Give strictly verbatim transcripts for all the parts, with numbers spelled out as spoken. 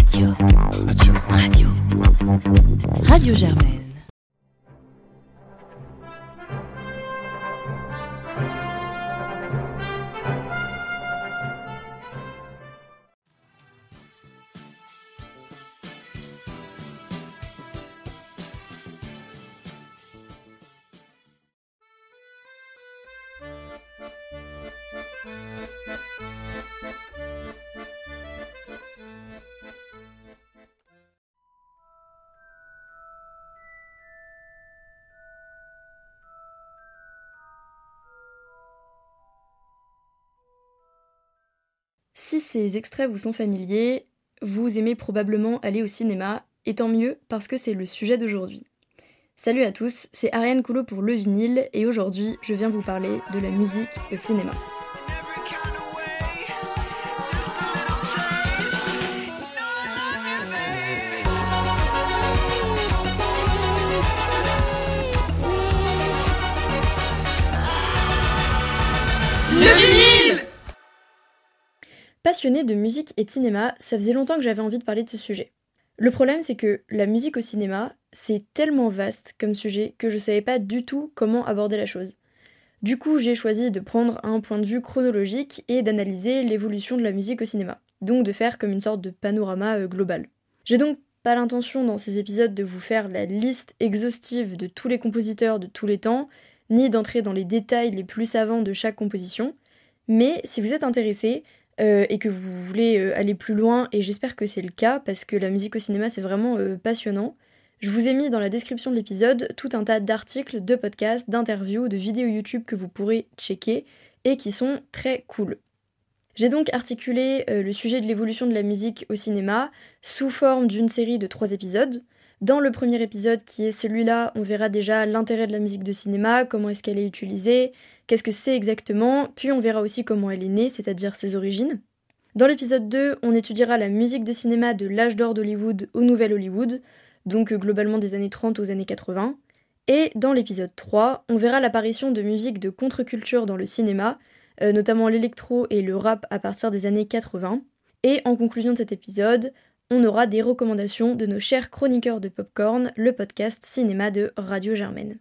Radio. Radio. Radio. Radio Germaine. Si ces extraits vous sont familiers, vous aimez probablement aller au cinéma, et tant mieux parce que c'est le sujet d'aujourd'hui. Salut à tous, c'est Ariane Coulot pour Le Vinyle, et aujourd'hui je viens vous parler de la musique au cinéma. Le vinyle! Passionnée de musique et de cinéma, ça faisait longtemps que j'avais envie de parler de ce sujet. Le problème, c'est que la musique au cinéma, c'est tellement vaste comme sujet que je savais pas du tout comment aborder la chose. Du coup, j'ai choisi de prendre un point de vue chronologique et d'analyser l'évolution de la musique au cinéma, donc de faire comme une sorte de panorama global. J'ai donc pas l'intention dans ces épisodes de vous faire la liste exhaustive de tous les compositeurs de tous les temps, ni d'entrer dans les détails les plus savants de chaque composition, mais si vous êtes intéressé, Euh, et que vous voulez euh, aller plus loin, et j'espère que c'est le cas, parce que la musique au cinéma c'est vraiment euh, passionnant, je vous ai mis dans la description de l'épisode tout un tas d'articles, de podcasts, d'interviews, de vidéos YouTube que vous pourrez checker, et qui sont très cool. J'ai donc articulé euh, le sujet de l'évolution de la musique au cinéma sous forme d'une série de trois épisodes. Dans le premier épisode, qui est celui-là, on verra déjà l'intérêt de la musique de cinéma, comment est-ce qu'elle est utilisée, qu'est-ce que c'est exactement, puis on verra aussi comment elle est née, c'est-à-dire ses origines. Dans l'épisode deux, on étudiera la musique de cinéma de l'âge d'or d'Hollywood au nouvel Hollywood, donc globalement des années trente aux années quatre-vingts. Et dans l'épisode trois, on verra l'apparition de musique de contre-culture dans le cinéma, euh, notamment l'électro et le rap à partir des années quatre-vingts. Et en conclusion de cet épisode, on aura des recommandations de nos chers chroniqueurs de Popcorn, le podcast cinéma de Radio Germaine.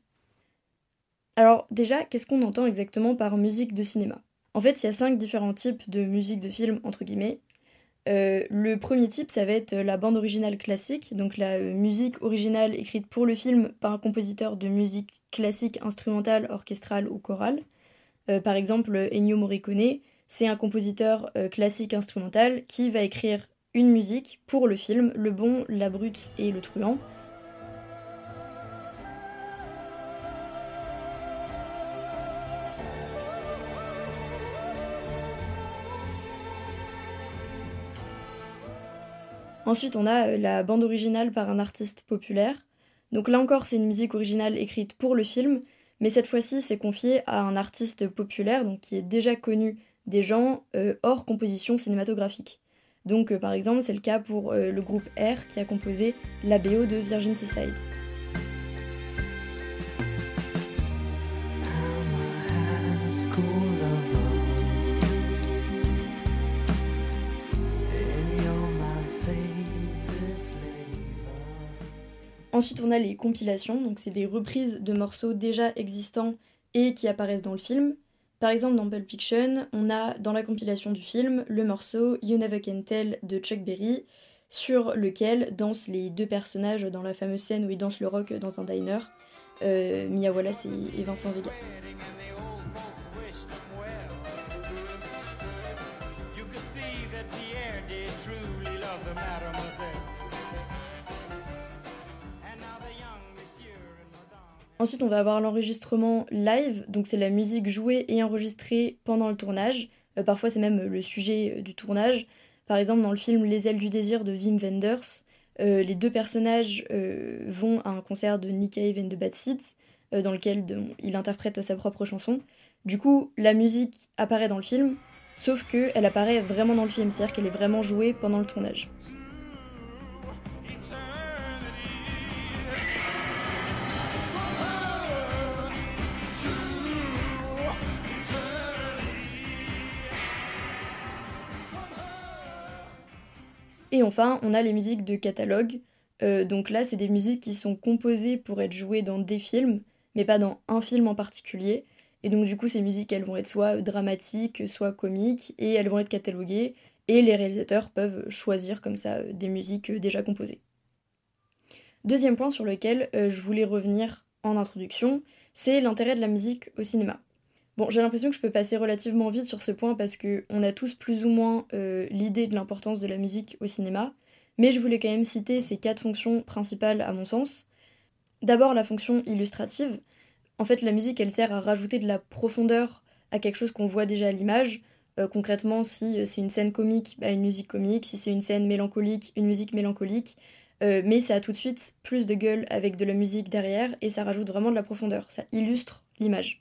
Alors déjà, qu'est-ce qu'on entend exactement par musique de cinéma ? En fait, il y a cinq différents types de musique de film, entre guillemets. Euh, le premier type, ça va être la bande originale classique, donc la euh, musique originale écrite pour le film par un compositeur de musique classique, instrumentale, orchestrale ou chorale. Euh, par exemple, Ennio Morricone, c'est un compositeur euh, classique instrumental qui va écrire une musique pour le film Le Bon, la Brute et le Truand. Ensuite, on a la bande originale par un artiste populaire. Donc là encore, c'est une musique originale écrite pour le film, mais cette fois-ci, c'est confié à un artiste populaire, donc qui est déjà connu des gens euh, hors composition cinématographique. Donc euh, par exemple, c'est le cas pour euh, le groupe R qui a composé la B O de Virgin Suicides. Ensuite, on a les compilations, donc c'est des reprises de morceaux déjà existants et qui apparaissent dans le film. Par exemple, dans Pulp Fiction, on a dans la compilation du film le morceau You Never Can Tell de Chuck Berry, sur lequel dansent les deux personnages dans la fameuse scène où ils dansent le rock dans un diner, euh, Mia Wallace et, et Vincent Vega. Ensuite, on va avoir l'enregistrement live, donc c'est la musique jouée et enregistrée pendant le tournage. Euh, parfois, c'est même le sujet euh, du tournage. Par exemple, dans le film Les ailes du désir de Wim Wenders, euh, les deux personnages euh, vont à un concert de Nick Cave and the Bad Seeds, euh, dans lequel de, il interprète sa propre chanson. Du coup, la musique apparaît dans le film, sauf qu'elle apparaît vraiment dans le film, c'est-à-dire qu'elle est vraiment jouée pendant le tournage. Et enfin, on a les musiques de catalogue. Euh, donc là, c'est des musiques qui sont composées pour être jouées dans des films, mais pas dans un film en particulier. Et donc du coup, ces musiques, elles vont être soit dramatiques, soit comiques, et elles vont être cataloguées, et les réalisateurs peuvent choisir comme ça euh, des musiques euh, déjà composées. Deuxième point sur lequel euh, je voulais revenir en introduction, c'est l'intérêt de la musique au cinéma. Bon, j'ai l'impression que je peux passer relativement vite sur ce point parce qu'on a tous plus ou moins euh, l'idée de l'importance de la musique au cinéma, mais je voulais quand même citer ces quatre fonctions principales à mon sens. D'abord la fonction illustrative. En fait, la musique, elle sert à rajouter de la profondeur à quelque chose qu'on voit déjà à l'image. Euh, concrètement, si c'est une scène comique, bah, une musique comique. Si c'est une scène mélancolique, une musique mélancolique. Euh, mais ça a tout de suite plus de gueule avec de la musique derrière et ça rajoute vraiment de la profondeur. Ça illustre l'image.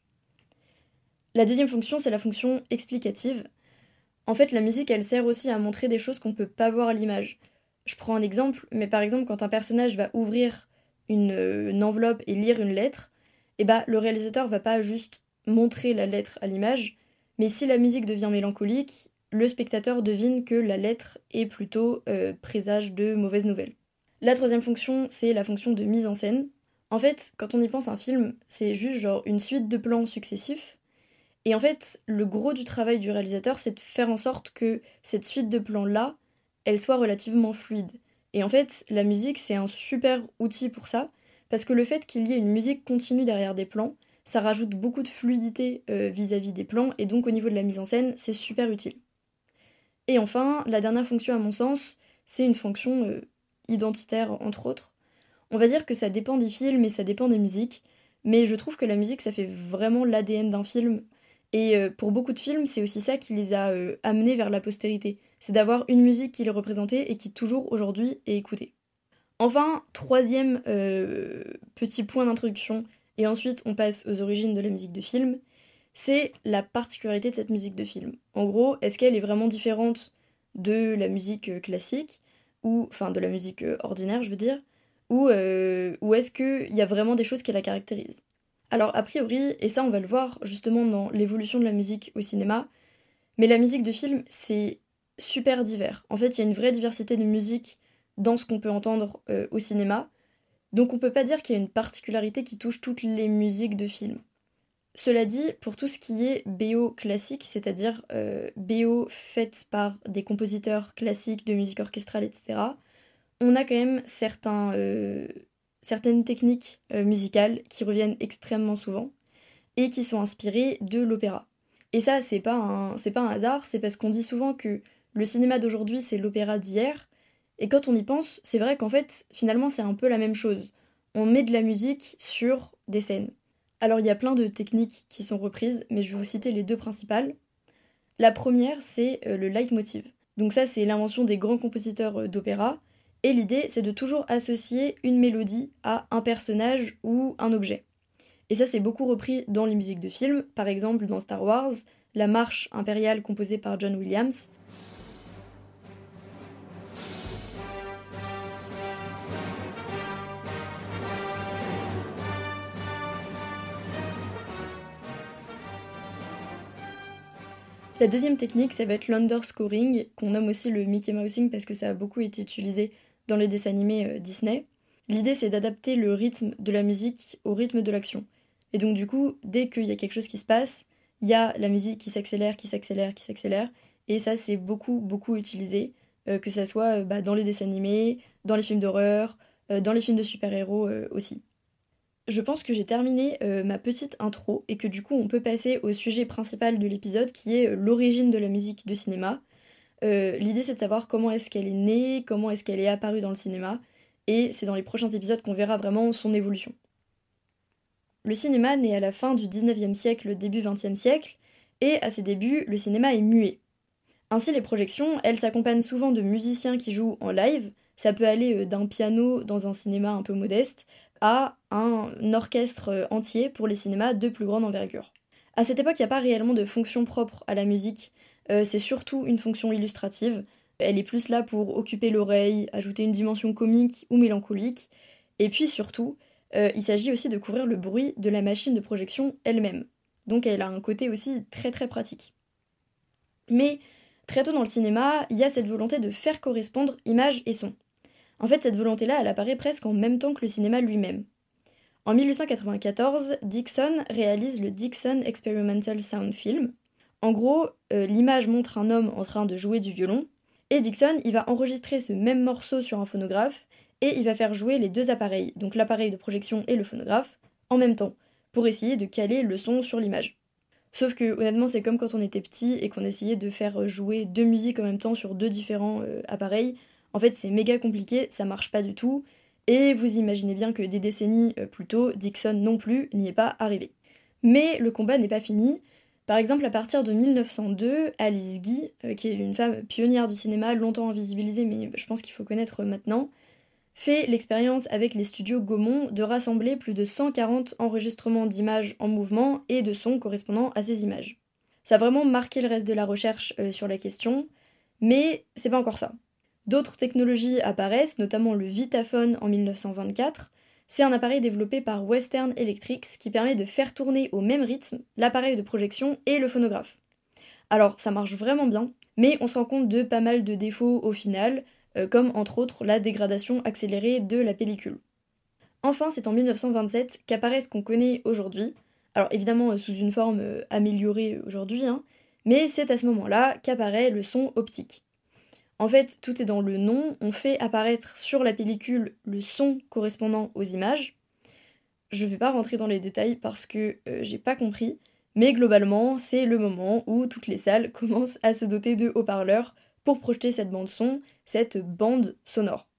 La deuxième fonction, c'est la fonction explicative. En fait, la musique, elle sert aussi à montrer des choses qu'on peut pas voir à l'image. Je prends un exemple, mais par exemple, quand un personnage va ouvrir une, euh, une enveloppe et lire une lettre, et bah, le réalisateur va pas juste montrer la lettre à l'image, mais si la musique devient mélancolique, le spectateur devine que la lettre est plutôt euh, présage de mauvaises nouvelles. La troisième fonction, c'est la fonction de mise en scène. En fait, quand on y pense, un film, c'est juste genre une suite de plans successifs. Et en fait, le gros du travail du réalisateur, c'est de faire en sorte que cette suite de plans-là, elle soit relativement fluide. Et en fait, la musique, c'est un super outil pour ça, parce que le fait qu'il y ait une musique continue derrière des plans, ça rajoute beaucoup de fluidité euh, vis-à-vis des plans, et donc au niveau de la mise en scène, c'est super utile. Et enfin, la dernière fonction à mon sens, c'est une fonction euh, identitaire, entre autres. On va dire que ça dépend des films et ça dépend des musiques, mais je trouve que la musique, ça fait vraiment l'A D N d'un film. Et euh, pour beaucoup de films, c'est aussi ça qui les a euh, amenés vers la postérité. C'est d'avoir une musique qui les représentait et qui toujours aujourd'hui est écoutée. Enfin, troisième euh, petit point d'introduction, et ensuite on passe aux origines de la musique de film, c'est la particularité de cette musique de film. En gros, est-ce qu'elle est vraiment différente de la musique classique, ou enfin de la musique ordinaire, je veux dire, ou, euh, ou est-ce qu'il y a vraiment des choses qui la caractérisent? Alors a priori, et ça on va le voir justement dans l'évolution de la musique au cinéma, mais la musique de film c'est super divers. En fait, il y a une vraie diversité de musique dans ce qu'on peut entendre euh, au cinéma, donc on peut pas dire qu'il y a une particularité qui touche toutes les musiques de film. Cela dit, pour tout ce qui est B O classique, c'est-à-dire euh, B O faites par des compositeurs classiques de musique orchestrale, et cetera, on a quand même certains, euh, certaines techniques euh, musicales qui reviennent extrêmement souvent et qui sont inspirées de l'opéra. Et ça, c'est pas un, c'est pas un hasard, c'est parce qu'on dit souvent que le cinéma d'aujourd'hui, c'est l'opéra d'hier, et quand on y pense, c'est vrai qu'en fait, finalement, c'est un peu la même chose. On met de la musique sur des scènes. Alors, il y a plein de techniques qui sont reprises, mais je vais vous citer les deux principales. La première, c'est euh, le leitmotiv. Donc ça, c'est l'invention des grands compositeurs euh, d'opéra, et l'idée, c'est de toujours associer une mélodie à un personnage ou un objet. Et ça, c'est beaucoup repris dans les musiques de films, par exemple dans Star Wars, la marche impériale composée par John Williams. La deuxième technique, ça va être l'underscoring, qu'on nomme aussi le Mickey Mousing parce que ça a beaucoup été utilisé dans les dessins animés euh, Disney. L'idée, c'est d'adapter le rythme de la musique au rythme de l'action. Et donc du coup, dès qu'il y a quelque chose qui se passe, il y a la musique qui s'accélère, qui s'accélère, qui s'accélère. Et ça, c'est beaucoup, beaucoup utilisé, euh, que ça soit euh, bah, dans les dessins animés, dans les films d'horreur, euh, dans les films de super-héros euh, aussi. Je pense que j'ai terminé euh, ma petite intro et que du coup on peut passer au sujet principal de l'épisode qui est euh, l'origine de la musique de cinéma. Euh, l'idée c'est de savoir comment est-ce qu'elle est née, comment est-ce qu'elle est apparue dans le cinéma et c'est dans les prochains épisodes qu'on verra vraiment son évolution. Le cinéma naît à la fin du dix-neuvième siècle, début vingtième siècle et à ses débuts le cinéma est muet. Ainsi les projections, elles s'accompagnent souvent de musiciens qui jouent en live, ça peut aller d'un piano dans un cinéma un peu modeste à un orchestre entier pour les cinémas de plus grande envergure. À cette époque, il n'y a pas réellement de fonction propre à la musique, euh, c'est surtout une fonction illustrative. Elle est plus là pour occuper l'oreille, ajouter une dimension comique ou mélancolique, et puis surtout, euh, il s'agit aussi de couvrir le bruit de la machine de projection elle-même. Donc elle a un côté aussi très très pratique. Mais Très tôt dans le cinéma, il y a cette volonté de faire correspondre image et son. En fait, cette volonté-là, elle apparaît presque en même temps que le cinéma lui-même. En mille huit cent quatre-vingt-quatorze, Dixon réalise le Dixon Experimental Sound Film. En gros, euh, l'image montre un homme en train de jouer du violon, et Dixon, il va enregistrer ce même morceau sur un phonographe, et il va faire jouer les deux appareils, donc l'appareil de projection et le phonographe, en même temps, pour essayer de caler le son sur l'image. Sauf que, honnêtement, c'est comme quand on était petit et qu'on essayait de faire jouer deux musiques en même temps sur deux différents euh, appareils. En fait, c'est méga compliqué, ça marche pas du tout, et vous imaginez bien que des décennies euh, plus tôt, Dixon non plus n'y est pas arrivé. Mais le combat n'est pas fini. Par exemple, à partir de mille neuf cent deux, Alice Guy, euh, qui est une femme pionnière du cinéma, longtemps invisibilisée, mais je pense qu'il faut connaître maintenant, fait l'expérience avec les studios Gaumont de rassembler plus de cent quarante enregistrements d'images en mouvement et de sons correspondant à ces images. Ça a vraiment marqué le reste de la recherche euh, sur la question, mais c'est pas encore ça. D'autres technologies apparaissent, notamment le Vitaphone en mille neuf cent vingt-quatre. C'est un appareil développé par Western Electrics qui permet de faire tourner au même rythme l'appareil de projection et le phonographe. Alors, ça marche vraiment bien, mais on se rend compte de pas mal de défauts au final, euh, comme entre autres la dégradation accélérée de la pellicule. Enfin, c'est en mille neuf cent vingt-sept qu'apparaît ce qu'on connaît aujourd'hui, alors évidemment euh, sous une forme euh, améliorée aujourd'hui, hein, mais c'est à ce moment-là qu'apparaît le son optique. En fait, tout est dans le nom, on fait apparaître sur la pellicule le son correspondant aux images. Je vais pas rentrer dans les détails parce que euh, j'ai pas compris, mais globalement, c'est le moment où toutes les salles commencent à se doter de haut-parleurs pour projeter cette bande son, cette bande sonore.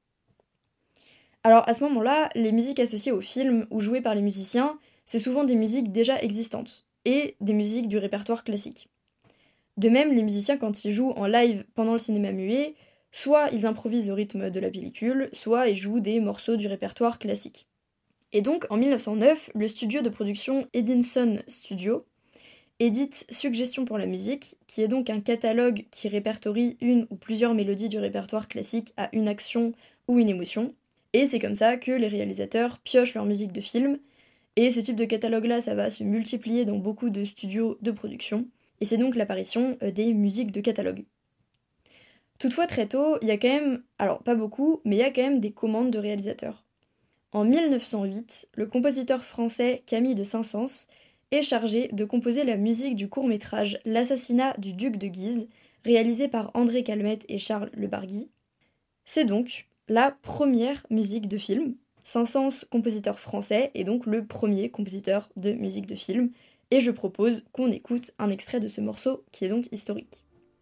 Alors à ce moment-là, les musiques associées au film ou jouées par les musiciens, c'est souvent des musiques déjà existantes, et des musiques du répertoire classique. De même, les musiciens, quand ils jouent en live pendant le cinéma muet, soit ils improvisent au rythme de la pellicule, soit ils jouent des morceaux du répertoire classique. Et donc, en mille neuf cent neuf, le studio de production Edinson Studio édite Suggestions pour la musique, qui est donc un catalogue qui répertorie une ou plusieurs mélodies du répertoire classique à une action ou une émotion. Et c'est comme ça que les réalisateurs piochent leur musique de film. Et ce type de catalogue-là, ça va se multiplier dans beaucoup de studios de production. Et c'est donc l'apparition des musiques de catalogue. Toutefois, très tôt, il y a quand même, alors pas beaucoup, mais il y a quand même des commandes de réalisateurs. En mille neuf cent huit, le compositeur français Camille de Saint-Saëns est chargé de composer la musique du court-métrage L'assassinat du duc de Guise, réalisé par André Calmette et Charles Le Bargui. C'est donc la première musique de film. Saint-Saëns, compositeur français, est donc le premier compositeur de musique de film. Et je propose qu'on écoute un extrait de ce morceau qui est donc historique.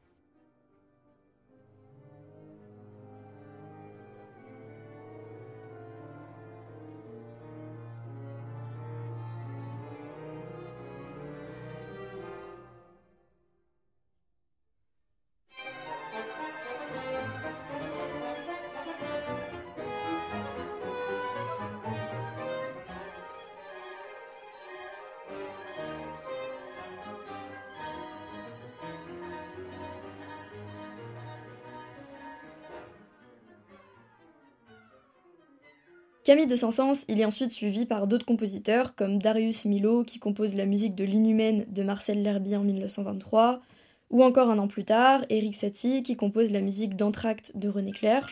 Camille de Saint-Saëns, il est ensuite suivi par d'autres compositeurs comme Darius Milhaud qui compose la musique de l'Inhumaine de Marcel L'Herbier en mille neuf cent vingt-trois, ou encore un an plus tard, Erik Satie qui compose la musique d'Entracte de René Clair.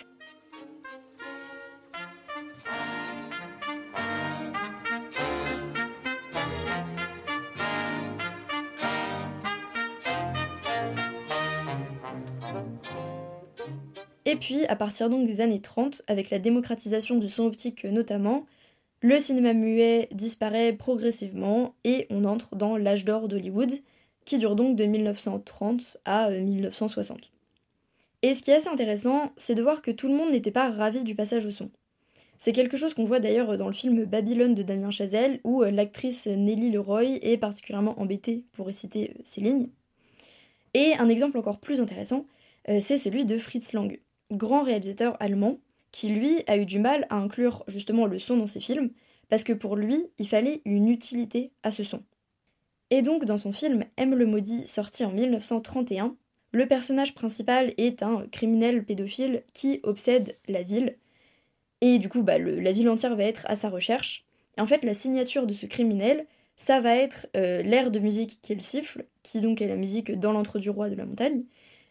Et puis, à partir donc des années trente, avec la démocratisation du son optique notamment, le cinéma muet disparaît progressivement et on entre dans l'âge d'or d'Hollywood, qui dure donc de mille neuf cent trente à mille neuf cent soixante. Et ce qui est assez intéressant, c'est de voir que tout le monde n'était pas ravi du passage au son. C'est quelque chose qu'on voit d'ailleurs dans le film Babylone de Damien Chazelle, où l'actrice Nelly Leroy est particulièrement embêtée pour réciter ces lignes. Et un exemple encore plus intéressant, c'est celui de Fritz Lang, grand réalisateur allemand, qui lui a eu du mal à inclure justement le son dans ses films, parce que pour lui, il fallait une utilité à ce son. Et donc dans son film M le maudit, sorti en mille neuf cent trente et un, le personnage principal est un criminel pédophile qui obsède la ville, et du coup bah, le, la ville entière va être à sa recherche. Et en fait la signature de ce criminel, ça va être euh, l'air de musique qu'il siffle, qui donc est la musique dans l'Antre du roi de la montagne,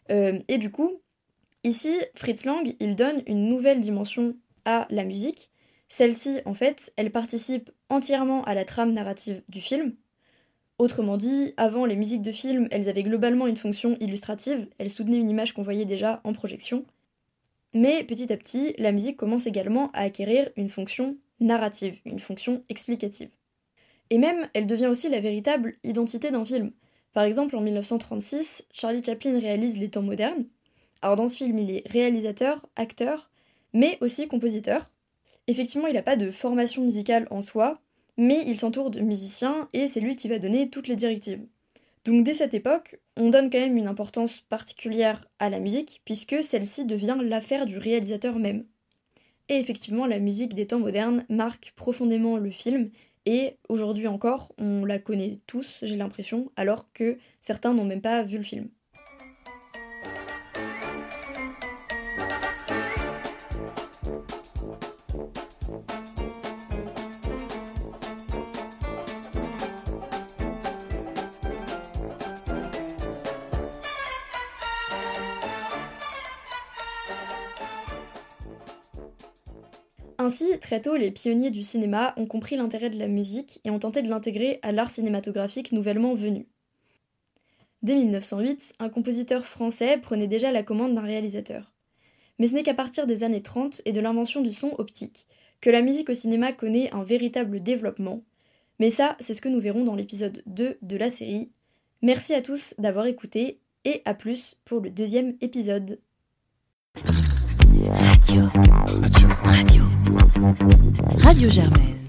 Euh, et du coup, ici, Fritz Lang, il donne une nouvelle dimension à la musique. Celle-ci, en fait, elle participe entièrement à la trame narrative du film. Autrement dit, avant, les musiques de film, elles avaient globalement une fonction illustrative, elles soutenaient une image qu'on voyait déjà en projection. Mais petit à petit, la musique commence également à acquérir une fonction narrative, une fonction explicative. Et même, elle devient aussi la véritable identité d'un film. Par exemple, en dix-neuf cent trente-six, Charlie Chaplin réalise Les Temps modernes. Alors dans ce film, il est réalisateur, acteur, mais aussi compositeur. Effectivement, il n'a pas de formation musicale en soi, mais il s'entoure de musiciens et c'est lui qui va donner toutes les directives. Donc dès cette époque, on donne quand même une importance particulière à la musique, puisque celle-ci devient l'affaire du réalisateur même. Et effectivement, la musique des temps modernes marque profondément le film, et aujourd'hui encore, on la connaît tous, j'ai l'impression, alors que certains n'ont même pas vu le film. Ainsi, très tôt, les pionniers du cinéma ont compris l'intérêt de la musique et ont tenté de l'intégrer à l'art cinématographique nouvellement venu. Dès dix-neuf cent huit, un compositeur français prenait déjà la commande d'un réalisateur. Mais ce n'est qu'à partir des années trente et de l'invention du son optique que la musique au cinéma connaît un véritable développement. Mais ça, c'est ce que nous verrons dans l'épisode deux de la série. Merci à tous d'avoir écouté et à plus pour le deuxième épisode. Radio. Radio. Radio. Radio Germaine.